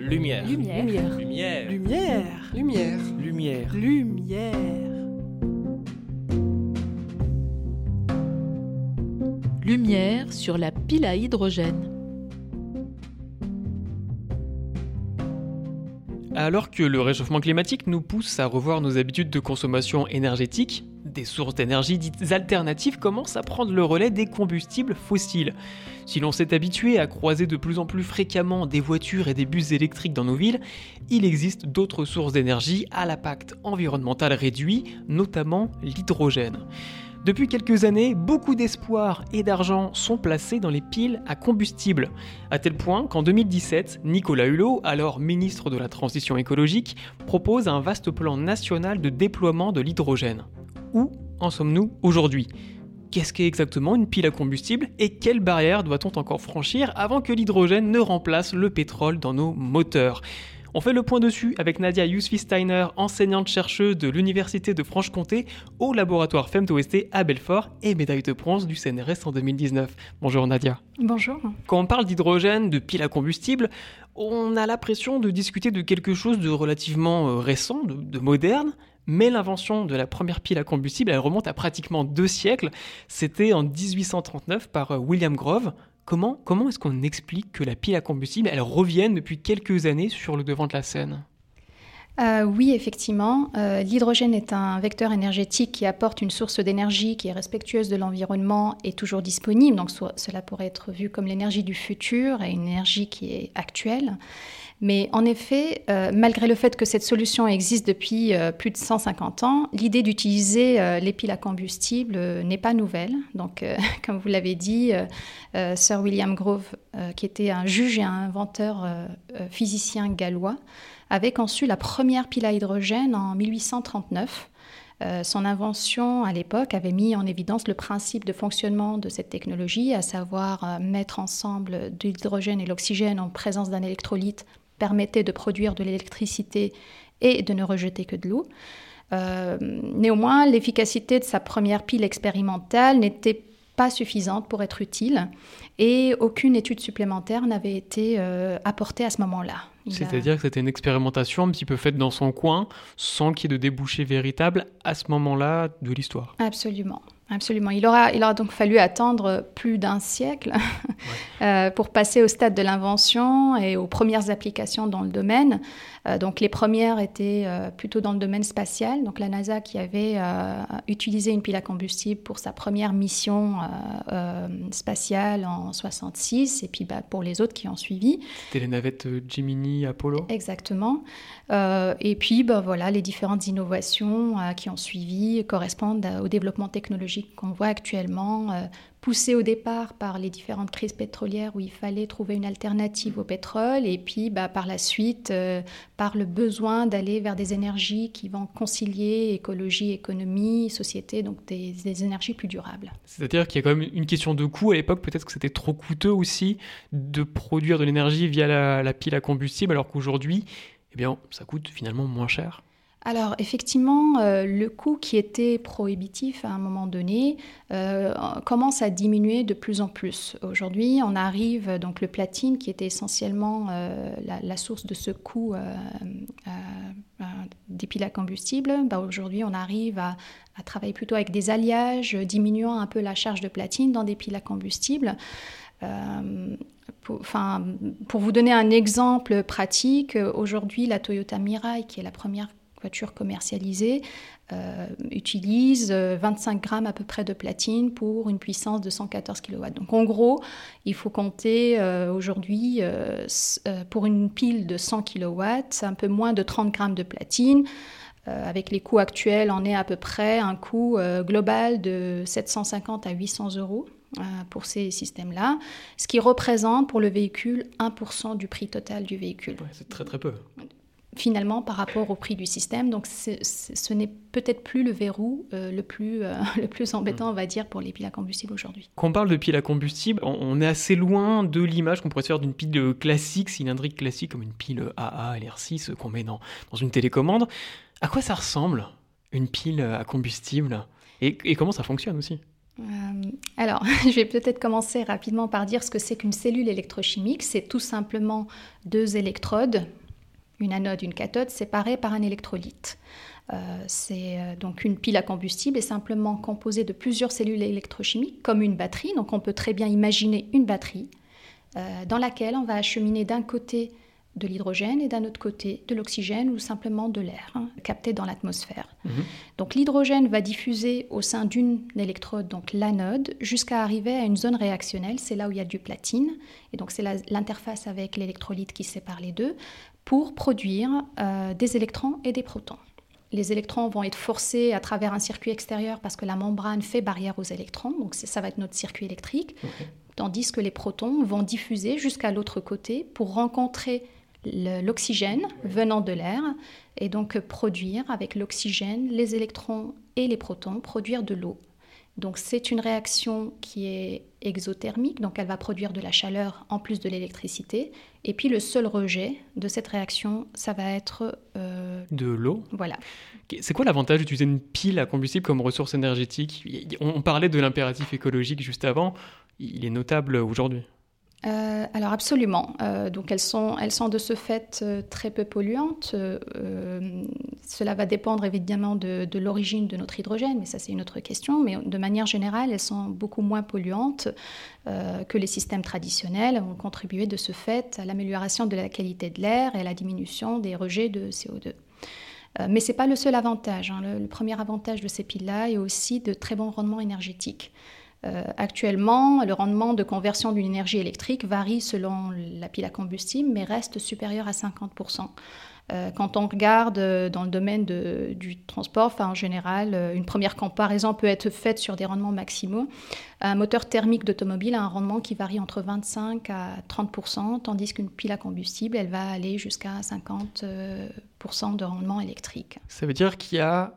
Lumière. Lumière. Lumière. Lumière. Lumière. Lumière. Lumière. Lumière sur la pile à hydrogène. Alors que le réchauffement climatique nous pousse à revoir nos habitudes de consommation énergétique, des sources d'énergie dites alternatives commencent à prendre le relais des combustibles fossiles. Si l'on s'est habitué à croiser de plus en plus fréquemment des voitures et des bus électriques dans nos villes, il existe d'autres sources d'énergie à l'impact environnemental réduit, notamment l'hydrogène. Depuis quelques années, beaucoup d'espoir et d'argent sont placés dans les piles à combustible, à tel point qu'en 2017, Nicolas Hulot, alors ministre de la Transition écologique, propose un vaste plan national de déploiement de l'hydrogène. Où en sommes-nous aujourd'hui ? Qu'est-ce qu'est exactement une pile à combustible et quelles barrières doit-on encore franchir avant que l'hydrogène ne remplace le pétrole dans nos moteurs ? On fait le point dessus avec Nadia Yousfi-Steiner, enseignante-chercheuse de l'Université de Franche-Comté au laboratoire FemtoST à Belfort et médaille de bronze du CNRS en 2019. Bonjour Nadia. Bonjour. Quand on parle d'hydrogène, de pile à combustible, on a l'impression de discuter de quelque chose de relativement récent, de moderne, mais l'invention de la première pile à combustible, elle remonte à pratiquement 2 siècles. C'était en 1839 par William Grove. Comment est-ce qu'on explique que la pile à combustible, elle revienne depuis quelques années sur le devant de la scène ? Oui, effectivement. L'hydrogène est un vecteur énergétique qui apporte une source d'énergie qui est respectueuse de l'environnement et toujours disponible. Donc cela pourrait être vu comme l'énergie du futur et une énergie qui est actuelle. Mais en effet, malgré le fait que cette solution existe depuis plus de 150 ans, l'idée d'utiliser les piles à combustible n'est pas nouvelle. Donc, comme vous l'avez dit, Sir William Grove, qui était un juge et un inventeur physicien gallois, avait conçu la première pile à hydrogène en 1839. Son invention à l'époque avait mis en évidence le principe de fonctionnement de cette technologie, à savoir mettre ensemble de l'hydrogène et l'oxygène en présence d'un électrolyte permettait de produire de l'électricité et de ne rejeter que de l'eau. Néanmoins, l'efficacité de sa première pile expérimentale n'était pas suffisante pour être utile et aucune étude supplémentaire n'avait été apportée à ce moment-là. C'est-à-dire que c'était une expérimentation un petit peu faite dans son coin, sans qu'il y ait de débouché véritable à ce moment-là de l'histoire. Absolument. Il aura donc fallu attendre plus d'1 siècle pour passer au stade de l'invention et aux premières applications dans le domaine. Donc les premières étaient plutôt dans le domaine spatial. Donc la NASA qui avait utilisé une pile à combustible pour sa première mission spatiale en 1966 et puis pour les autres qui ont suivi. C'était les navettes Gemini, Apollo. Exactement. Et puis voilà, les différentes innovations qui ont suivi correspondent au développement technologique qu'on voit actuellement, poussé au départ par les différentes crises pétrolières où il fallait trouver une alternative au pétrole et puis par la suite par le besoin d'aller vers des énergies qui vont concilier écologie, économie, société, donc des énergies plus durables. C'est-à-dire qu'il y a quand même une question de coût. À l'époque, peut-être que c'était trop coûteux aussi de produire de l'énergie via la pile à combustible, alors qu'aujourd'hui, ça coûte finalement moins cher. Alors effectivement, le coût qui était prohibitif à un moment donné commence à diminuer de plus en plus. Aujourd'hui, on arrive, donc le platine qui était essentiellement la source de ce coût des piles à combustible, aujourd'hui on arrive à travailler plutôt avec des alliages, diminuant un peu la charge de platine dans des piles à combustible. Pour vous donner un exemple pratique, aujourd'hui la Toyota Mirai, qui est la première voiture commercialisée, utilise 25 grammes à peu près de platine pour une puissance de 114 kW. Donc en gros, il faut compter aujourd'hui pour une pile de 100 kW, un peu moins de 30 grammes de platine. Avec les coûts actuels, on est à peu près un coût global de 750 à 800 euros pour ces systèmes-là, ce qui représente pour le véhicule 1% du prix total du véhicule. Ouais, c'est très très peu. Finalement, par rapport au prix du système. Donc, ce n'est peut-être plus le verrou le plus embêtant, on va dire, pour les piles à combustible aujourd'hui. Quand on parle de piles à combustible, on est assez loin de l'image qu'on pourrait se faire d'une pile classique, cylindrique classique, comme une pile AA, LR6 qu'on met dans une télécommande. À quoi ça ressemble, une pile à combustible ? Et comment ça fonctionne aussi ? Alors, je vais peut-être commencer rapidement par dire ce que c'est qu'une cellule électrochimique. C'est tout simplement 2 électrodes, une anode, une cathode, séparées par un électrolyte. C'est donc une pile à combustible est simplement composée de plusieurs cellules électrochimiques, comme une batterie. Donc on peut très bien imaginer une batterie dans laquelle on va acheminer d'un côté de l'hydrogène et d'un autre côté de l'oxygène ou simplement de l'air capté dans l'atmosphère. Donc l'hydrogène va diffuser au sein d'une électrode, donc l'anode, jusqu'à arriver à une zone réactionnelle. C'est là où il y a du platine. Et donc c'est l'interface avec l'électrolyte qui sépare les deux pour produire des électrons et des protons. Les électrons vont être forcés à travers un circuit extérieur parce que la membrane fait barrière aux électrons. Donc ça va être notre circuit électrique. Tandis que les protons vont diffuser jusqu'à l'autre côté pour rencontrer l'oxygène venant de l'air et donc produire avec l'oxygène, les électrons et les protons, produire de l'eau. Donc c'est une réaction qui est exothermique, donc elle va produire de la chaleur en plus de l'électricité. Et puis le seul rejet de cette réaction, ça va être... de l'eau. Voilà. C'est quoi l'avantage d'utiliser une pile à combustible comme ressource énergétique ? On parlait de l'impératif écologique juste avant, il est notable aujourd'hui. Alors absolument. Donc elles sont de ce fait très peu polluantes. Cela va dépendre évidemment de l'origine de notre hydrogène, mais ça c'est une autre question. Mais de manière générale, elles sont beaucoup moins polluantes que les systèmes traditionnels. Elles ont contribué de ce fait à l'amélioration de la qualité de l'air et à la diminution des rejets de CO2. Mais ce n'est pas le seul avantage. Le premier avantage de ces piles-là est aussi de très bons rendements énergétiques. Actuellement, le rendement de conversion d'une énergie électrique varie selon la pile à combustible, mais reste supérieur à 50%. Quand on regarde dans le domaine du transport, en général, une première comparaison peut être faite sur des rendements maximaux. Un moteur thermique d'automobile a un rendement qui varie entre 25 à 30%, tandis qu'une pile à combustible, elle va aller jusqu'à 50% de rendement électrique. Ça veut dire qu'il y a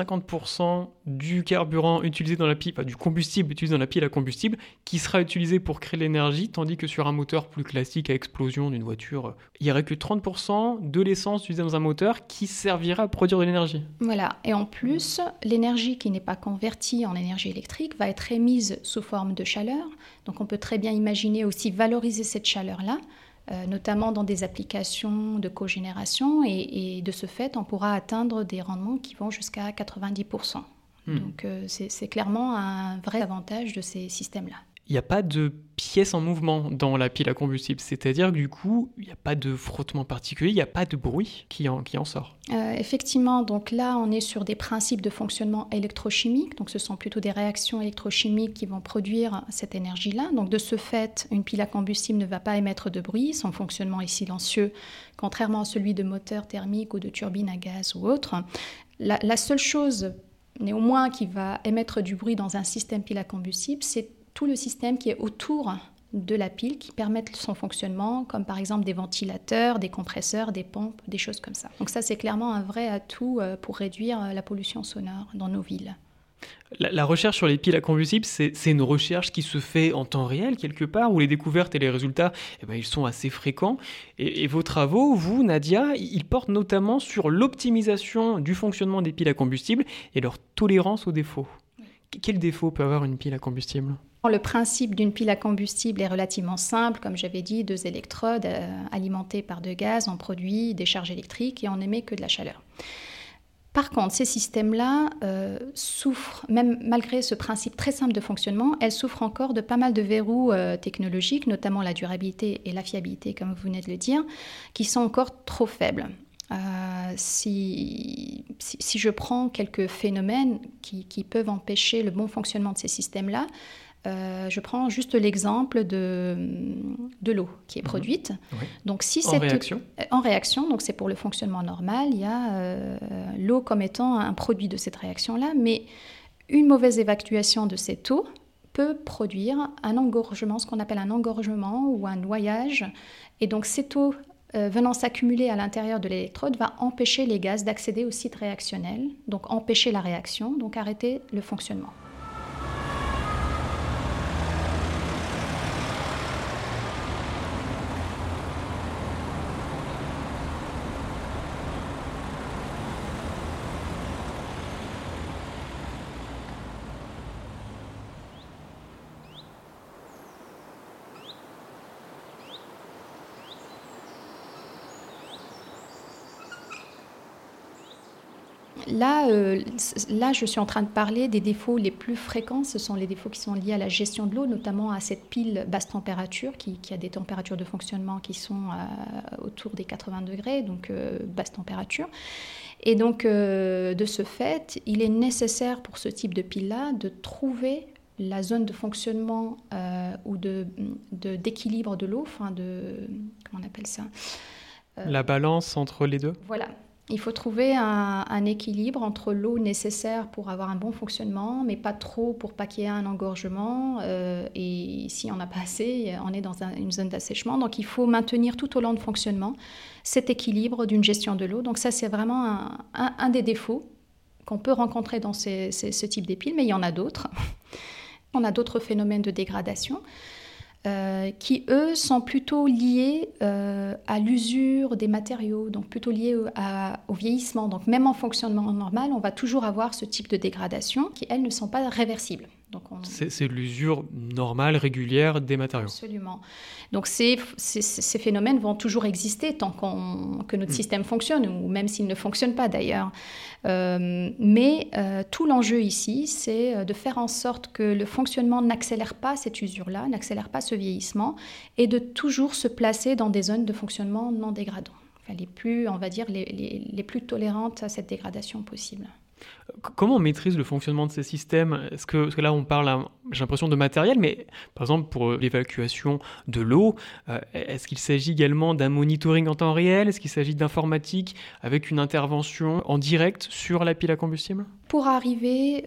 50% du carburant utilisé dans la pile, du combustible utilisé dans la pile à combustible qui sera utilisé pour créer l'énergie, tandis que sur un moteur plus classique à explosion d'une voiture, il n'y aurait que 30% de l'essence utilisée dans un moteur qui servira à produire de l'énergie. Voilà, et en plus, l'énergie qui n'est pas convertie en énergie électrique va être émise sous forme de chaleur. Donc on peut très bien imaginer aussi valoriser cette chaleur-là, notamment dans des applications de cogénération, et de ce fait, on pourra atteindre des rendements qui vont jusqu'à 90%. Donc c'est clairement un vrai avantage de ces systèmes-là. Il n'y a pas de pièce en mouvement dans la pile à combustible, c'est-à-dire que du coup, il n'y a pas de frottement particulier, il n'y a pas de bruit qui en sort. Effectivement, donc là, on est sur des principes de fonctionnement électrochimique, donc ce sont plutôt des réactions électrochimiques qui vont produire cette énergie-là. Donc de ce fait, une pile à combustible ne va pas émettre de bruit, son fonctionnement est silencieux, contrairement à celui de moteurs thermiques ou de turbines à gaz ou autres. La seule chose, néanmoins, qui va émettre du bruit dans un système pile à combustible, c'est tout le système qui est autour de la pile qui permettent son fonctionnement, comme par exemple des ventilateurs, des compresseurs, des pompes, des choses comme ça. Donc ça, c'est clairement un vrai atout pour réduire la pollution sonore dans nos villes. La recherche sur les piles à combustible, c'est une recherche qui se fait en temps réel quelque part, où les découvertes et les résultats, ils sont assez fréquents. Et vos travaux, vous, Nadia, ils portent notamment sur l'optimisation du fonctionnement des piles à combustible et leur tolérance aux défauts. Quel défaut peut avoir une pile à combustible ? Le principe d'une pile à combustible est relativement simple. Comme j'avais dit, 2 électrodes alimentées par 2 gaz, on produit des charges électriques et on n'émet que de la chaleur. Par contre, ces systèmes-là souffrent, même malgré ce principe très simple de fonctionnement, elles souffrent encore de pas mal de verrous technologiques, notamment la durabilité et la fiabilité, comme vous venez de le dire, qui sont encore trop faibles. Si je prends quelques phénomènes qui peuvent empêcher le bon fonctionnement de ces systèmes-là, je prends juste l'exemple de l'eau qui est produite. Oui. Donc, En réaction, donc c'est pour le fonctionnement normal, il y a l'eau comme étant un produit de cette réaction-là, mais une mauvaise évacuation de cette eau peut produire un engorgement, ce qu'on appelle un engorgement ou un noyage. Et donc cette eau venant s'accumuler à l'intérieur de l'électrode va empêcher les gaz d'accéder au site réactionnel, donc empêcher la réaction, donc arrêter le fonctionnement. Là, je suis en train de parler des défauts les plus fréquents. Ce sont les défauts qui sont liés à la gestion de l'eau, notamment à cette pile basse température qui a des températures de fonctionnement qui sont autour des 80 degrés, donc basse température. Et donc, de ce fait, il est nécessaire pour ce type de pile-là de trouver la zone de fonctionnement ou d'équilibre de l'eau, comment on appelle ça ? La balance entre les deux ? Voilà. Il faut trouver un équilibre entre l'eau nécessaire pour avoir un bon fonctionnement, mais pas trop pour pas qu'il y ait un engorgement. Et si on n'a pas assez, on est dans une zone d'assèchement. Donc il faut maintenir tout au long de fonctionnement cet équilibre d'une gestion de l'eau. Donc ça, c'est vraiment un des défauts qu'on peut rencontrer dans ce type d'épiles, mais il y en a d'autres. On a d'autres phénomènes de dégradation. Qui, eux, sont plutôt liés à l'usure des matériaux, donc plutôt liés au vieillissement. Donc même en fonctionnement normal, on va toujours avoir ce type de dégradation qui, elles, ne sont pas réversibles. Donc c'est l'usure normale, régulière des matériaux. Absolument. Donc ces phénomènes vont toujours exister tant que notre système fonctionne, ou même s'il ne fonctionne pas d'ailleurs. Mais tout l'enjeu ici, c'est de faire en sorte que le fonctionnement n'accélère pas cette usure-là, n'accélère pas ce vieillissement, et de toujours se placer dans des zones de fonctionnement non dégradants, enfin, les plus, on va dire, les plus tolérantes à cette dégradation possible. Comment on maîtrise le fonctionnement de ces systèmes ? Parce que là, on parle, j'ai l'impression, de matériel, mais par exemple, pour l'évacuation de l'eau, est-ce qu'il s'agit également d'un monitoring en temps réel ? Est-ce qu'il s'agit d'informatique avec une intervention en direct sur la pile à combustible ? Pour arriver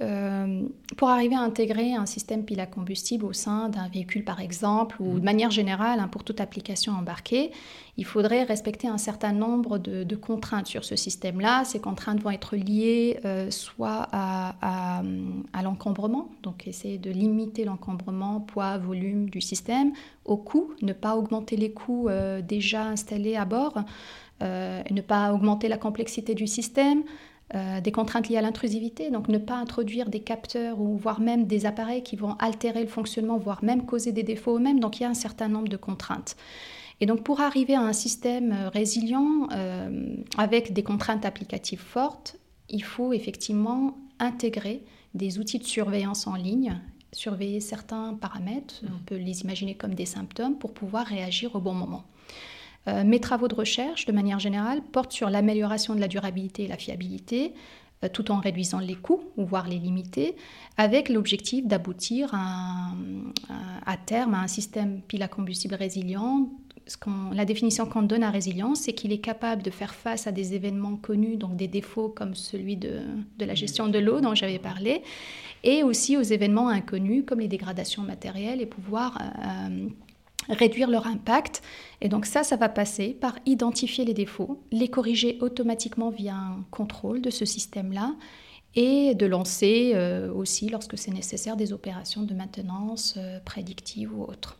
à intégrer un système pile à combustible au sein d'un véhicule, par exemple, ou de manière générale, pour toute application embarquée, il faudrait respecter un certain nombre de contraintes sur ce système-là. Ces contraintes vont être liées soit à l'encombrement, donc essayer de limiter l'encombrement, poids, volume du système, au coût, ne pas augmenter les coûts déjà installés à bord, ne pas augmenter la complexité du système, des contraintes liées à l'intrusivité, donc ne pas introduire des capteurs ou voire même des appareils qui vont altérer le fonctionnement, voire même causer des défauts eux-mêmes, donc il y a un certain nombre de contraintes. Et donc pour arriver à un système résilient avec des contraintes applicatives fortes, il faut effectivement intégrer des outils de surveillance en ligne, surveiller certains paramètres, on peut les imaginer comme des symptômes, pour pouvoir réagir au bon moment. Mes travaux de recherche, de manière générale, portent sur l'amélioration de la durabilité et la fiabilité, tout en réduisant les coûts, ou voire les limiter, avec l'objectif d'aboutir à terme à un système pile à combustible résilient. La définition qu'on donne à résilience, c'est qu'il est capable de faire face à des événements connus, donc des défauts comme celui de la gestion de l'eau dont j'avais parlé, et aussi aux événements inconnus comme les dégradations matérielles et pouvoir réduire leur impact. Et donc ça va passer par identifier les défauts, les corriger automatiquement via un contrôle de ce système-là, et de lancer aussi, lorsque c'est nécessaire, des opérations de maintenance prédictive ou autres.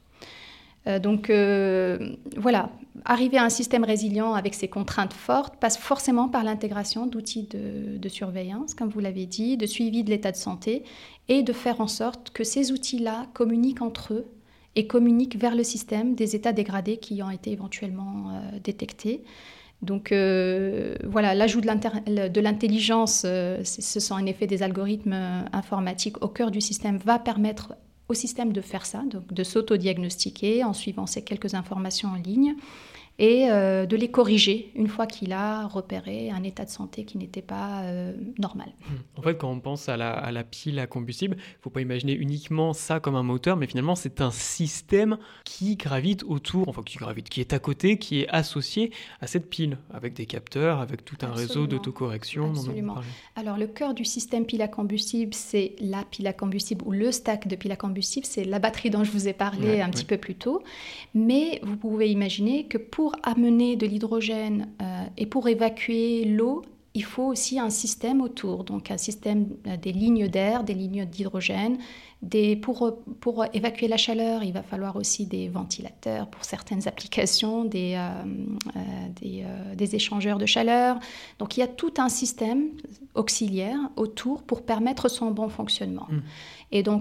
Voilà, arriver à un système résilient avec ces contraintes fortes passe forcément par l'intégration d'outils de surveillance, comme vous l'avez dit, de suivi de l'état de santé, et de faire en sorte que ces outils-là communiquent entre eux et communiquent vers le système des états dégradés qui ont été éventuellement détectés. Donc voilà, l'ajout de l'intelligence, ce sont en effet des algorithmes informatiques au cœur du système, va permettre au système de faire ça, donc de s'auto-diagnostiquer en suivant ces quelques informations en ligne et de les corriger une fois qu'il a repéré un état de santé qui n'était pas normal. En fait, quand on pense à la pile à combustible, il ne faut pas imaginer uniquement ça comme un moteur, mais finalement, c'est un système qui gravite autour, enfin qui est à côté, qui est associé à cette pile, avec des capteurs, avec tout un réseau d'autocorrection. Absolument. Alors, le cœur du système pile à combustible, c'est la pile à combustible ou le stack de pile à combustible, c'est la batterie dont je vous ai parlé un petit peu plus tôt. Mais vous pouvez imaginer que pour amener de l'hydrogène et pour évacuer l'eau, il faut aussi un système autour, donc un système des lignes d'air, des lignes d'hydrogène. Pour évacuer la chaleur, il va falloir aussi des ventilateurs pour certaines applications, des échangeurs de chaleur. Donc il y a tout un système auxiliaire autour pour permettre son bon fonctionnement. Et donc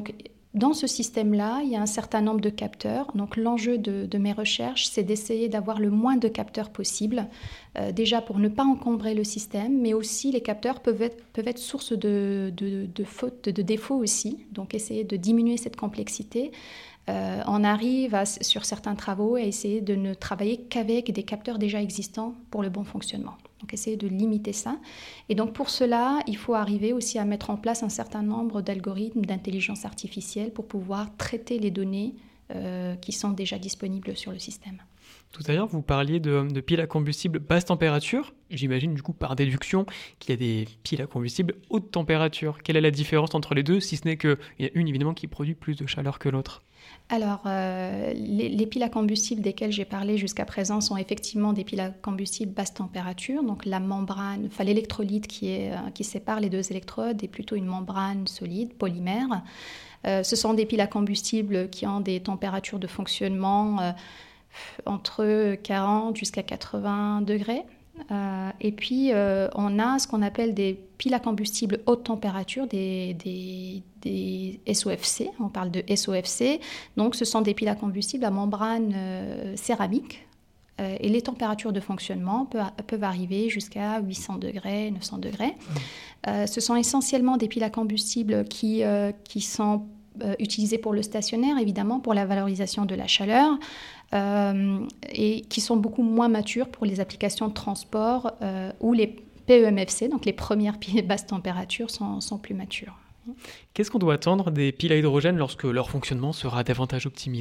dans ce système-là, il y a un certain nombre de capteurs. Donc l'enjeu de mes recherches, c'est d'essayer d'avoir le moins de capteurs possible, déjà pour ne pas encombrer le système, mais aussi les capteurs peuvent être source de fautes, de défauts aussi. Donc essayer de diminuer cette complexité. On arrive sur certains travaux à essayer de ne travailler qu'avec des capteurs déjà existants pour le bon fonctionnement. Donc essayer de limiter ça. Et donc pour cela, il faut arriver aussi à mettre en place un certain nombre d'algorithmes d'intelligence artificielle pour pouvoir traiter les données qui sont déjà disponibles sur le système. Tout à l'heure, vous parliez de piles à combustible basse température. J'imagine du coup par déduction qu'il y a des piles à combustible haute température. Quelle est la différence entre les deux, si ce n'est qu'il y a une évidemment qui produit plus de chaleur que l'autre? Alors, les piles à combustible desquelles j'ai parlé jusqu'à présent sont effectivement des piles à combustible basse température. Donc la membrane, l'électrolyte qui sépare les deux électrodes est plutôt une membrane solide, polymère. Ce sont des piles à combustible qui ont des températures de fonctionnement entre 40 jusqu'à 80 degrés. Et puis, on a ce qu'on appelle des piles à combustible haute température, des SOFC. On parle de SOFC. Donc, ce sont des piles à combustible à membrane céramique. Et les températures de fonctionnement peuvent arriver jusqu'à 800 degrés, 900 degrés. Ce sont essentiellement des piles à combustible qui sont utilisées pour le stationnaire, évidemment, pour la valorisation de la chaleur. Et qui sont beaucoup moins matures pour les applications de transport où les PEMFC, donc les premières piles basse température, sont plus matures. Qu'est-ce qu'on doit attendre des piles à hydrogène lorsque leur fonctionnement sera davantage optimisé ?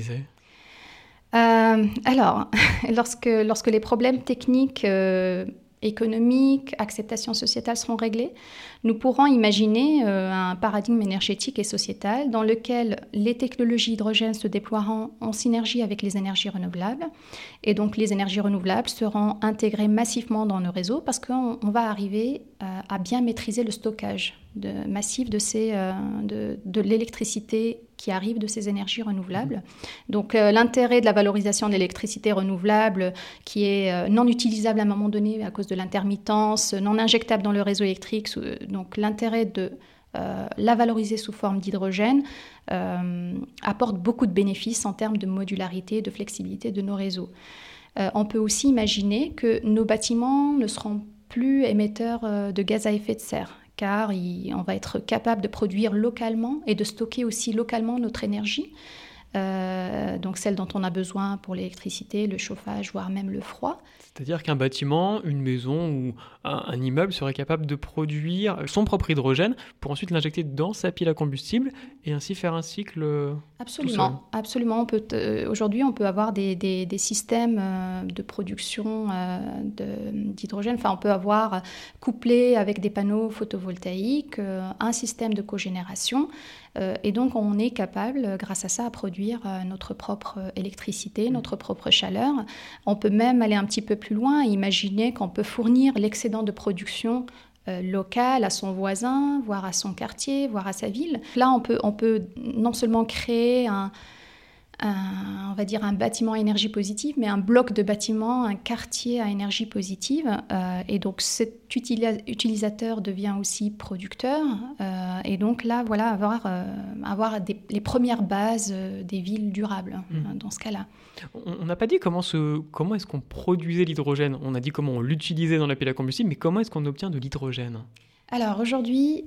Alors, lorsque les problèmes techniques, économiques, acceptation sociétale seront réglés, nous pourrons imaginer un paradigme énergétique et sociétal dans lequel les technologies hydrogène se déploieront en synergie avec les énergies renouvelables. Et donc les énergies renouvelables seront intégrées massivement dans nos réseaux parce qu'on va arriver à bien maîtriser le stockage massif de l'électricité qui arrive de ces énergies renouvelables. Donc l'intérêt de la valorisation de l'électricité renouvelable qui est non utilisable à un moment donné à cause de l'intermittence, non injectable dans le réseau électrique, donc l'intérêt de la valoriser sous forme d'hydrogène apporte beaucoup de bénéfices en termes de modularité, de flexibilité de nos réseaux. On peut aussi imaginer que nos bâtiments ne seront plus émetteurs de gaz à effet de serre, car on va être capable de produire localement et de stocker aussi localement notre énergie, donc celle dont on a besoin pour l'électricité, le chauffage, voire même le froid. C'est-à-dire qu'un bâtiment, une maison ou un immeuble serait capable de produire son propre hydrogène pour ensuite l'injecter dans sa pile à combustible et ainsi faire un cycle Absolument, absolument. Aujourd'hui, on peut avoir des systèmes de production d'hydrogène. Enfin, on peut avoir couplé avec des panneaux photovoltaïques un système de cogénération. Et donc, on est capable, grâce à ça, à produire notre propre électricité, notre propre chaleur. On peut même aller un petit peu plus loin et imaginer qu'on peut fournir l'excédent de production locale à son voisin, voire à son quartier, voire à sa ville. Là, on peut non seulement créer on va dire un bâtiment à énergie positive, mais un bloc de bâtiment, un quartier à énergie positive. Et donc cet utilisateur devient aussi producteur. Et donc là, voilà, avoir les premières bases des villes durables dans ce cas-là. On n'a pas dit comment est-ce qu'on produisait l'hydrogène. On a dit comment on l'utilisait dans la pile à combustible, mais comment est-ce qu'on obtient de l'hydrogène ? Alors aujourd'hui,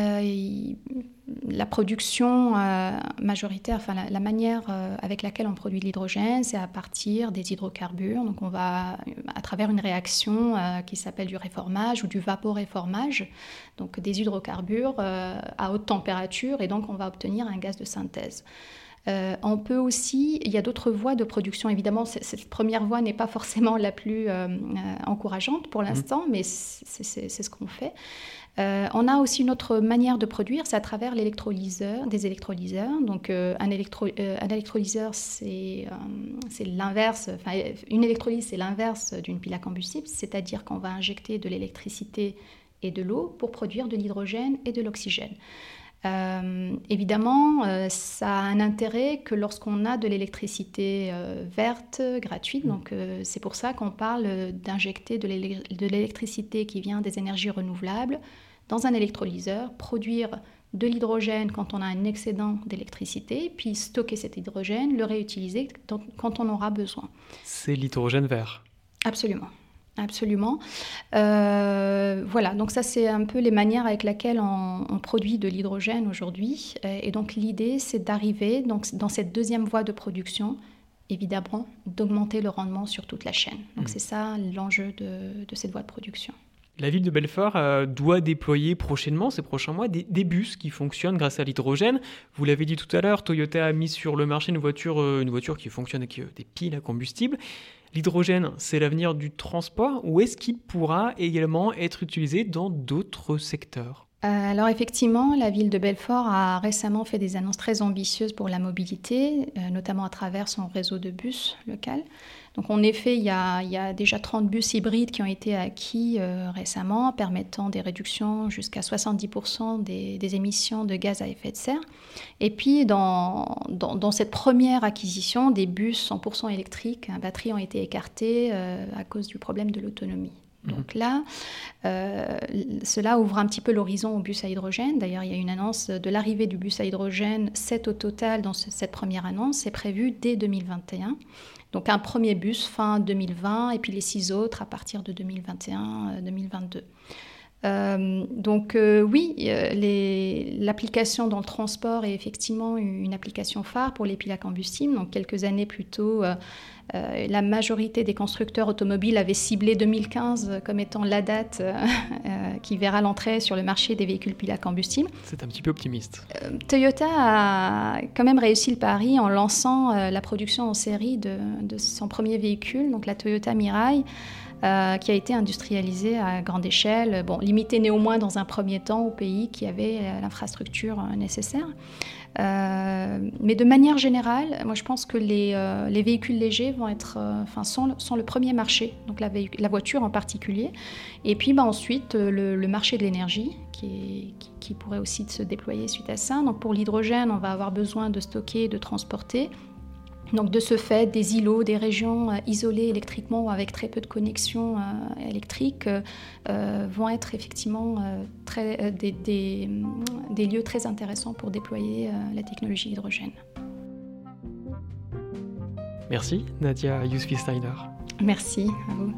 la production majoritaire, enfin la manière avec laquelle on produit l'hydrogène, c'est à partir des hydrocarbures. Donc on va, à travers une réaction qui s'appelle du réformage ou du vaporéformage, donc des hydrocarbures à haute température, et donc on va obtenir un gaz de synthèse. On peut aussi, il y a d'autres voies de production, évidemment, cette première voie n'est pas forcément la plus encourageante pour l'instant, mais c'est ce qu'on fait. On a aussi une autre manière de produire, c'est à travers des électrolyseurs. Donc un électrolyseur, c'est l'inverse, enfin une électrolyse, c'est l'inverse d'une pile à combustible, c'est-à-dire qu'on va injecter de l'électricité et de l'eau pour produire de l'hydrogène et de l'oxygène. Évidemment, ça a un intérêt que lorsqu'on a de l'électricité verte, gratuite. Donc, c'est pour ça qu'on parle d'injecter de l'électricité qui vient des énergies renouvelables dans un électrolyseur, produire de l'hydrogène quand on a un excédent d'électricité, puis stocker cet hydrogène, le réutiliser quand on aura besoin. C'est l'hydrogène vert. Absolument. Voilà, donc ça c'est un peu les manières avec lesquelles on produit de l'hydrogène aujourd'hui. Et donc l'idée c'est d'arriver dans cette deuxième voie de production, évidemment, d'augmenter le rendement sur toute la chaîne. Donc c'est ça l'enjeu de cette voie de production. La ville de Belfort doit déployer prochainement, ces prochains mois, des bus qui fonctionnent grâce à l'hydrogène. Vous l'avez dit tout à l'heure, Toyota a mis sur le marché une voiture qui fonctionne avec des piles à combustible. L'hydrogène, c'est l'avenir du transport ou est-ce qu'il pourra également être utilisé dans d'autres secteurs ? Alors effectivement, la ville de Belfort a récemment fait des annonces très ambitieuses pour la mobilité, notamment à travers son réseau de bus local. Donc en effet, il y a déjà 30 bus hybrides qui ont été acquis récemment, permettant des réductions jusqu'à 70% des émissions de gaz à effet de serre. Et puis dans cette première acquisition, des bus 100% électriques à batterie ont été écartés à cause du problème de l'autonomie. Donc là, cela ouvre un petit peu l'horizon au bus à hydrogène. D'ailleurs, il y a une annonce de l'arrivée du bus à hydrogène, 7 au total dans cette première annonce, c'est prévu dès 2021. Donc un premier bus fin 2020 et puis les 6 autres à partir de 2021-2022. L'application dans le transport est effectivement une application phare pour les piles à combustible. Donc quelques années plus tôt, la majorité des constructeurs automobiles avaient ciblé 2015 comme étant la date qui verra l'entrée sur le marché des véhicules piles à combustible. C'est un petit peu optimiste. Toyota a quand même réussi le pari en lançant la production en série de son premier véhicule, donc la Toyota Mirai, qui a été industrialisée à grande échelle, limitée néanmoins dans un premier temps aux pays qui avaient l'infrastructure nécessaire. Mais de manière générale, moi je pense que les véhicules légers vont être, sont le premier marché, donc la voiture en particulier. Et puis ensuite le marché de l'énergie qui pourrait aussi se déployer suite à ça. Donc pour l'hydrogène, on va avoir besoin de stocker, de transporter. Donc de ce fait, des îlots, des régions isolées électriquement ou avec très peu de connexions électriques vont être effectivement des lieux très intéressants pour déployer la technologie hydrogène. Merci Nadia Yousfi-Steiner. Merci à vous.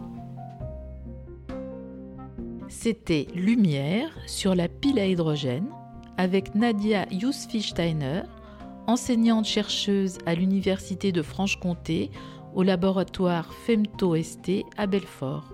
C'était Lumière sur la pile à hydrogène avec Nadia Yousfi-Steiner, enseignante-chercheuse à l'Université de Franche-Comté au laboratoire FEMTO-ST à Belfort.